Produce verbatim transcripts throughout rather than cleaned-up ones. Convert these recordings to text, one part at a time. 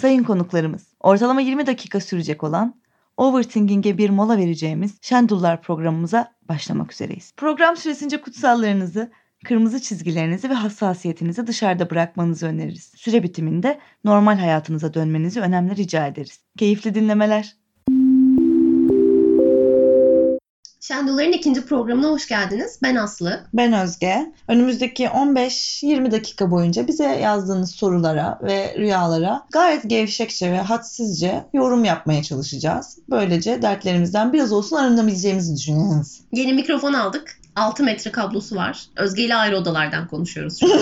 Sayın konuklarımız, ortalama yirmi dakika sürecek olan Overthinking'e bir mola vereceğimiz Şendullar programımıza başlamak üzereyiz. Program süresince kutsallarınızı, kırmızı çizgilerinizi ve hassasiyetinizi dışarıda bırakmanızı öneririz. Süre bitiminde normal hayatınıza dönmenizi önemli rica ederiz. Keyifli dinlemeler. Şendullar'ın ikinci programına hoş geldiniz. Ben Aslı. Ben Özge. Önümüzdeki on beş yirmi dakika boyunca bize yazdığınız sorulara ve rüyalara gayet gevşekçe ve hadsizce yorum yapmaya çalışacağız. Böylece dertlerimizden biraz olsun arınabileceğimizi düşünüyoruz. Yeni mikrofon aldık. altı metre kablosu var. Özge ile ayrı odalardan konuşuyoruz şu an.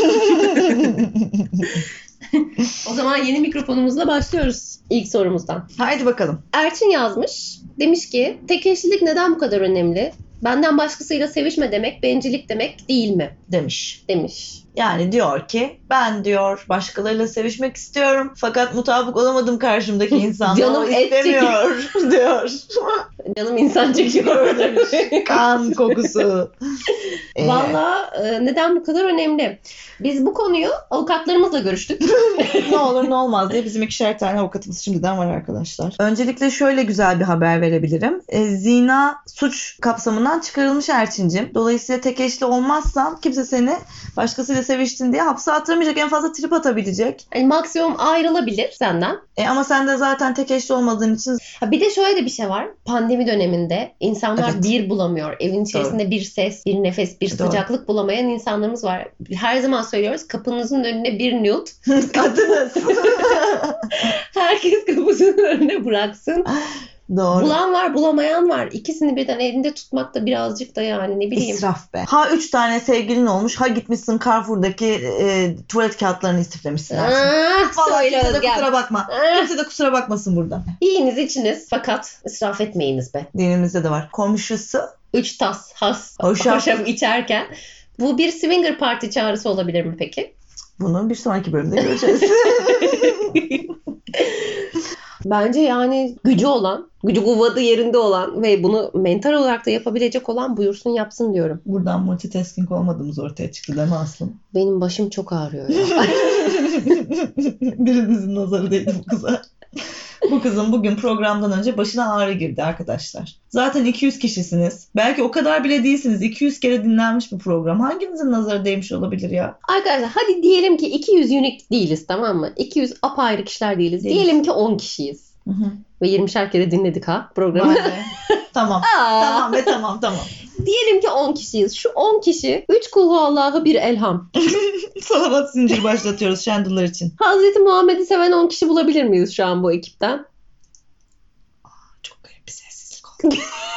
O zaman yeni mikrofonumuzla başlıyoruz ilk sorumuzdan. Haydi bakalım. Erçin yazmış. Demiş ki tek eşlilik neden bu kadar önemli? Benden başkasıyla sevişme demek bencillik demek değil mi? Demiş. Demiş. Yani diyor ki ben diyor başkalarıyla sevişmek istiyorum fakat mutabık olamadım karşımdaki insanla. Canım istemiyor diyor. Canım insan çekiyor demiş. Kan kokusu. Valla e, neden bu kadar önemli? Biz bu konuyu avukatlarımızla görüştük. Ne olur ne olmaz diye bizim ikişer tane avukatımız şimdiden var arkadaşlar. Öncelikle şöyle güzel bir haber verebilirim. E, zina suç kapsamından çıkarılmış Erçincim. Dolayısıyla tek eşli olmazsan kimse seni başkasıyla seviştin diye hapse attırmayacak. En fazla trip atabilecek. Yani maksimum ayrılabilir senden. E, ama sen de zaten tek eşli olmadığın için. Ha, bir de şöyle de bir şey var. Pandemi döneminde insanlar Evet. bir bulamıyor. Evin içerisinde Doğru. bir ses, bir nefes, bir Doğru. sıcaklık bulamayan insanlarımız var. Her zaman söylüyoruz. Kapınızın önüne bir nude. Kadınız. Herkes kapısının önüne bıraksın. Doğru. Bulan var, bulamayan var. İkisini birden elinde tutmak da birazcık da yani ne bileyim. İsraf be. Ha üç tane sevgilin olmuş, ha gitmişsin Carrefour'daki e, tuvalet kağıtlarını istiflemişsin. Ah, Vallahi kimse de gel. kusura bakma. Ah. Kimse de kusura bakmasın burada. İyiniz içiniz fakat israf etmeyiniz be. Dinimizde de var. Komşusu. Üç tas, has, hoşaf, hoşaf içerken. Bu bir swinger party çağrısı olabilir mi peki? Bunu bir sonraki bölümde göreceğiz. Bence yani gücü olan, gücü kuvveti yerinde olan ve bunu mental olarak da yapabilecek olan buyursun yapsın diyorum. Buradan multitasking olmadığımız ortaya çıktı değil mi Aslım? Benim başım çok ağrıyor ya. Birinizin nazarı değdi bu kıza. Bu kızın bugün programdan önce başına ağrı girdi arkadaşlar. Zaten iki yüz kişisiniz. Belki o kadar bile değilsiniz. iki yüz kere dinlenmiş bu program. Hanginizin nazarı değmiş olabilir ya? Arkadaşlar hadi diyelim ki iki yüz unique değiliz, tamam mı? iki yüz apayrı kişiler değiliz. Değil. Diyelim ki on kişiyiz. Hı hı. Ve yirmişer kere dinledik ha programı. Tamam. Tamam ve tamam tamam. Diyelim ki on kişiyiz. Şu on kişi üç kulhu Allah'ı bir elham. Salavat zinciri başlatıyoruz Şendullar için. Hazreti Muhammed'i seven on kişi bulabilir miyiz şu an bu ekipten? Aa, çok garip bir sessizlik oldu.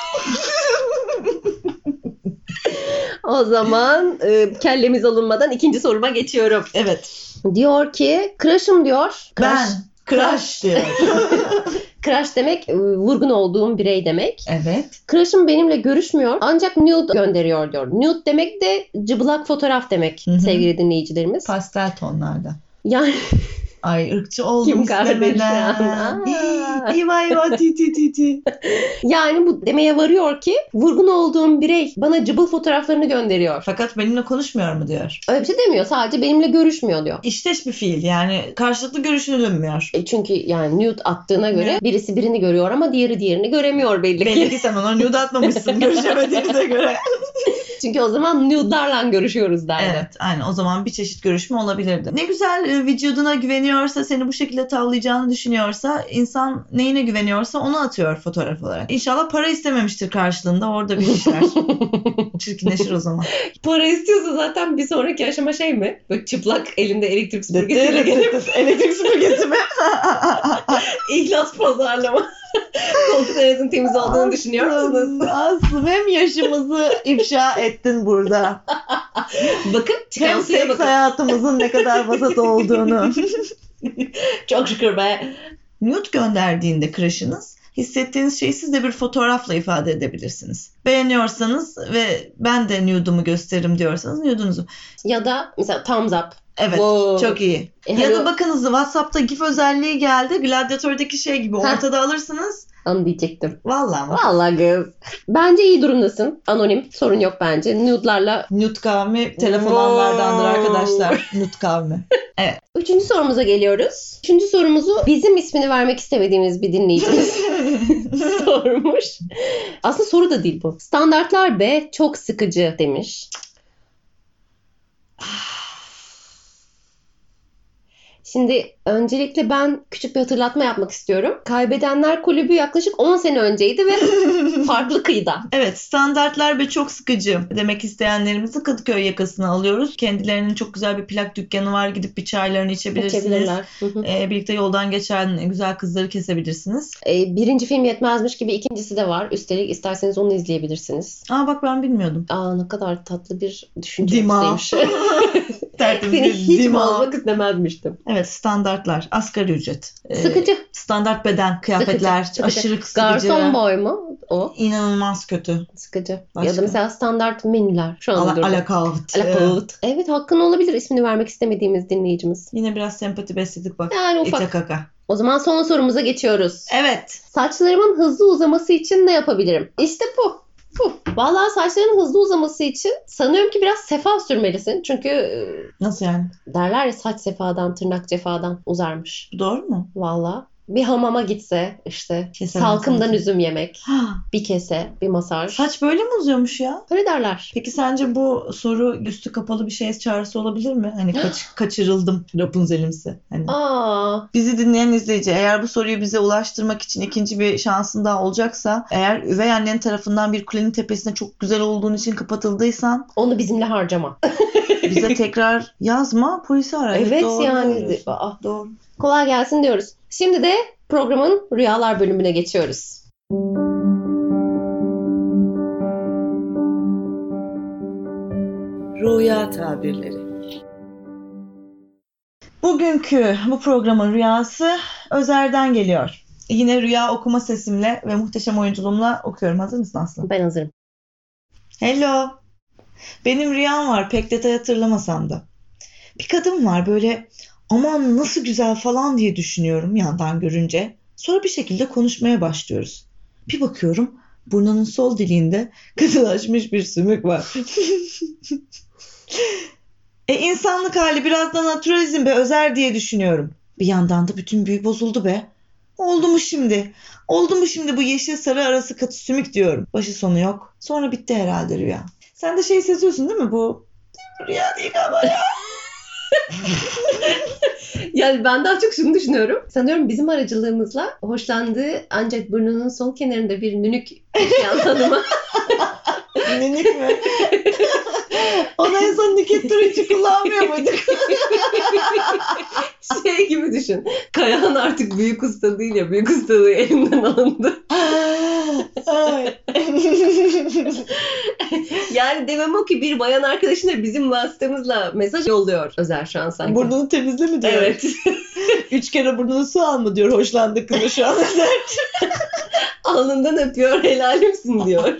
O zaman e, kellemiz alınmadan ikinci soruma geçiyorum. Evet. Diyor ki crush'ım diyor. Crush. Ben crush diyor. Crush demek vurgun olduğum birey demek. Evet. Crush'ım benimle görüşmüyor ancak nude gönderiyor diyor. Nude demek de cıbılak fotoğraf demek. Hı-hı. Sevgili dinleyicilerimiz. Pastel tonlarda. Yani ay ırkçı oldum istemeden. İva iva ti ti ti ti. Yani bu demeye varıyor ki vurgun olduğum birey bana cıbıl fotoğraflarını gönderiyor. Fakat benimle konuşmuyor mu diyor. Öyle bir şey demiyor. Sadece benimle görüşmüyor diyor. İşteş bir fiil yani karşılıklı görüşülmüyor. E çünkü yani nude attığına göre evet. Birisi birini görüyor ama diğeri diğerini göremiyor belli ki. Belli ki sen ona nude atmamışsın görüşemediğinize göre. Çünkü o zaman nude'larla görüşüyoruz derdi. Evet aynen o zaman bir çeşit görüşme olabilirdi. Ne güzel vücuduna güveniyorsa, seni bu şekilde tavlayacağını düşünüyorsa, insan neyine güveniyorsa onu atıyor fotoğraf olarak. İnşallah para istememiştir karşılığında, orada bir işler. Çirkinleşir o zaman. Para istiyorsa zaten bir sonraki aşama şey mi? Böyle çıplak elinde elektrik süpürgesiyle gelip. Elektrik süpürgesi mi? İhlas pazarlama. Koltuklarınızın temiz olduğunu düşünüyor musunuz? Aslım hem yaşımızı ifşa ettin burada. Bakın çıkan hem suya seks bakın. hayatımızın ne kadar vasat olduğunu. Çok şükür be. Nude gönderdiğinde crush'ınız hissettiğiniz şeyi siz de bir fotoğrafla ifade edebilirsiniz. Beğeniyorsanız ve ben de nude'umu gösteririm diyorsanız nude'unuzu. Ya da mesela thumbs up. Evet wow. Çok iyi. E, ya da bakınız WhatsApp'ta GIF özelliği geldi. Gladiatör'deki şey gibi ortada alırsınız. Onu diyecektim. Vallahi mı? Vallahi kız. Bence iyi durumdasın. Anonim. Sorun yok bence. Nude'larla. Nude kavmi telef olanlardandır arkadaşlar. Nude kavmi. Evet. Üçüncü sorumuza geliyoruz. Üçüncü sorumuzu bizim ismini vermek istemediğimiz bir dinleyicimiz sormuş. Aslında soru da değil bu. Standartlar B çok sıkıcı demiş. Şimdi öncelikle ben küçük bir hatırlatma yapmak istiyorum. Kaybedenler Kulübü yaklaşık on sene önceydi ve farklı kıyıda. Evet, standartlar ve çok sıkıcı demek isteyenlerimizi Kadıköy yakasına alıyoruz. Kendilerinin çok güzel bir plak dükkanı var. Gidip bir çaylarını içebilirsiniz. İçebilirler. Hı hı. Ee, birlikte yoldan geçen güzel kızları kesebilirsiniz. Ee, birinci film yetmezmiş gibi ikincisi de var. Üstelik isterseniz onu izleyebilirsiniz. Aa bak ben bilmiyordum. Aa ne kadar tatlı bir düşünce Dima. yapısıymış. Tertemiz Seni bir hiç dima. bozmak istemezmiştim. Evet, standartlar, asgari ücret. Ee, Sıkıcı. Standart beden, kıyafetler, Sıkıcı, sıkıcı. aşırı sıkıcı. Garson boy mu o? İnanılmaz kötü. Sıkıcı. Başka? Ya da mesela standart menüler. Şu an Ala, uydurdum. alakavut. Alakavut. Evet hakkın olabilir ismini vermek istemediğimiz dinleyicimiz. Yine biraz sempati besledik bak. Yani ufak. İte kaka. O zaman son sorumuza geçiyoruz. Evet. Saçlarımın hızlı uzaması için ne yapabilirim? İşte bu. Bu. Vallahi saçlarının hızlı uzaması için sanıyorum ki biraz sefa sürmelisin. Çünkü e, Nasıl yani? derler ya saç sefadan, tırnak cefadan uzarmış. Bu doğru mu? Vallahi. Bir hamama gitse işte Keser salkımdan sanki. üzüm yemek, Ha, bir kese, bir masaj. saç böyle mi uzuyormuş ya? Öyle derler. Peki sence bu soru üstü kapalı bir şey çağrısı olabilir mi? Hani kaç, kaçırıldım Rapunzel'imsi. Hani. Aa, Bizi dinleyen izleyici eğer bu soruyu bize ulaştırmak için ikinci bir şansın daha olacaksa, eğer üvey annen tarafından bir kulenin tepesine çok güzel olduğun için kapatıldıysan onu bizimle harcama. bize tekrar yazma, polisi ara. Evet doğru yani. söylüyorsun. Aa, Doğru. kolay gelsin diyoruz. Şimdi de programın rüyalar bölümüne geçiyoruz. Rüya tabirleri. Bugünkü bu programın rüyası Özer'den geliyor. Yine rüya okuma sesimle ve muhteşem oyunculuğumla okuyorum. Hazır mısın Aslı? Ben hazırım. Hello. Benim rüyam var, pek detay hatırlamasam da. Bir kadın var, böyle aman nasıl güzel falan diye düşünüyorum yandan görünce. Sonra bir şekilde konuşmaya başlıyoruz. Bir bakıyorum burnunun sol diliğinde katılaşmış bir sümük var. E insanlık hali, biraz da naturalizm be Özer diye düşünüyorum. Bir yandan da bütün büyü bozuldu be. Oldu mu şimdi? Oldu mu şimdi bu yeşil sarı arası katı sümük diyorum. Başı sonu yok. Sonra bitti herhalde rüya. Sen de şey seziyorsun değil mi? Bu rüya değil galiba ya. Yani ben daha çok şunu düşünüyorum. Sanıyorum bizim aracılığımızla hoşlandığı ancak burnunun sol kenarında bir nünük yaşayan hanıma. Nünük mü? Ona en son nüket turu hiç kullanmıyor muyduk? Şey gibi düşün. Kayahan artık büyük usta değil ya. Büyük ustalığı elimden alındı. Ay. Yani demem o ki bir bayan arkadaşına bizim vasıtamızla mesaj yolluyor Özer şu an sanki. Burnunu temizle mi diyor? Evet. Üç kere burnunu su al mı diyor hoşlandığı kızı şu an. Alnından öpüyor, helalimsin diyor.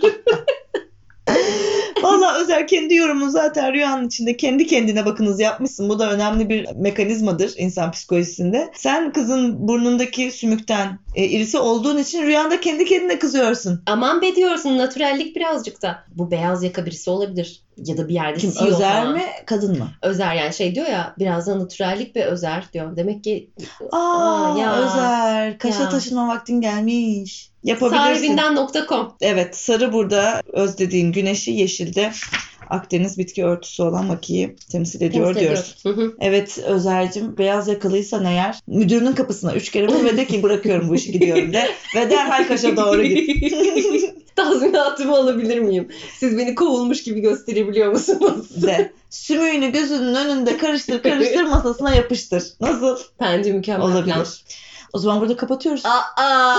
Valla Özer kendi yorumunu zaten rüyanın içinde kendi kendine bakınız yapmışsın. Bu da önemli bir mekanizmadır insan psikolojisinde. Sen kızın burnundaki sümükten e, irisi olduğun için rüyanda kendi kendine kızıyorsun. Aman be diyorsun, natürellik birazcık da. Bu beyaz yaka birisi olabilir. Ya da bir yerde Kim, C E O Özer falan. mi kadın mı? Özer yani şey diyor ya, biraz da natürellik ve Özer diyor. Demek ki Aa, Aa, ya. Özer kaşa Ya. taşınma vaktin gelmiş. Yapabilirsin. sahibinden nokta com. Evet, sarı burada öz dediğin güneşi, yeşilde Akdeniz bitki örtüsü olan makiyi temsil ediyor Temsil diyoruz. ediyor. Hı hı. Evet Özer'cim, beyaz yakalıysan eğer müdürünün kapısına üç kere vur ve de ki bırakıyorum bu işi gidiyorum de ve derhal Kaş'a doğru git. Tazminatımı alabilir miyim? Siz beni kovulmuş gibi gösterebiliyor musunuz? De. Sümüğünü gözünün önünde karıştır karıştır masasına yapıştır. Nasıl? Bence mükemmel Olabilir. plan. O zaman burada kapatıyoruz. Aa!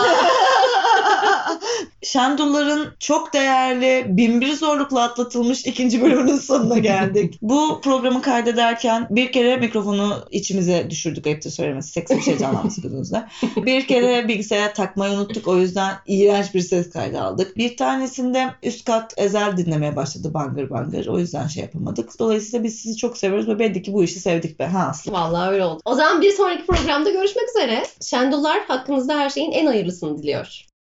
Şendulların çok değerli, binbir zorlukla atlatılmış ikinci bölümünün sonuna geldik. Bu programı kaydederken bir kere mikrofonu içimize düşürdük, ayıptır söylemesi. Seksi bir şey canlanması gözünüzde. Bir kere bilgisayara takmayı unuttuk. O yüzden iğrenç bir ses kaydı aldık. Bir tanesinde üst kat Ezel dinlemeye başladı bangır bangır. O yüzden şey yapamadık. Dolayısıyla biz sizi çok seviyoruz ve belli ki bu işi sevdik be. Ha Aslı. Vallahi öyle oldu. O zaman bir sonraki programda görüşmek üzere. Şendullar hakkınızda her şeyin en hayırlısını diliyor.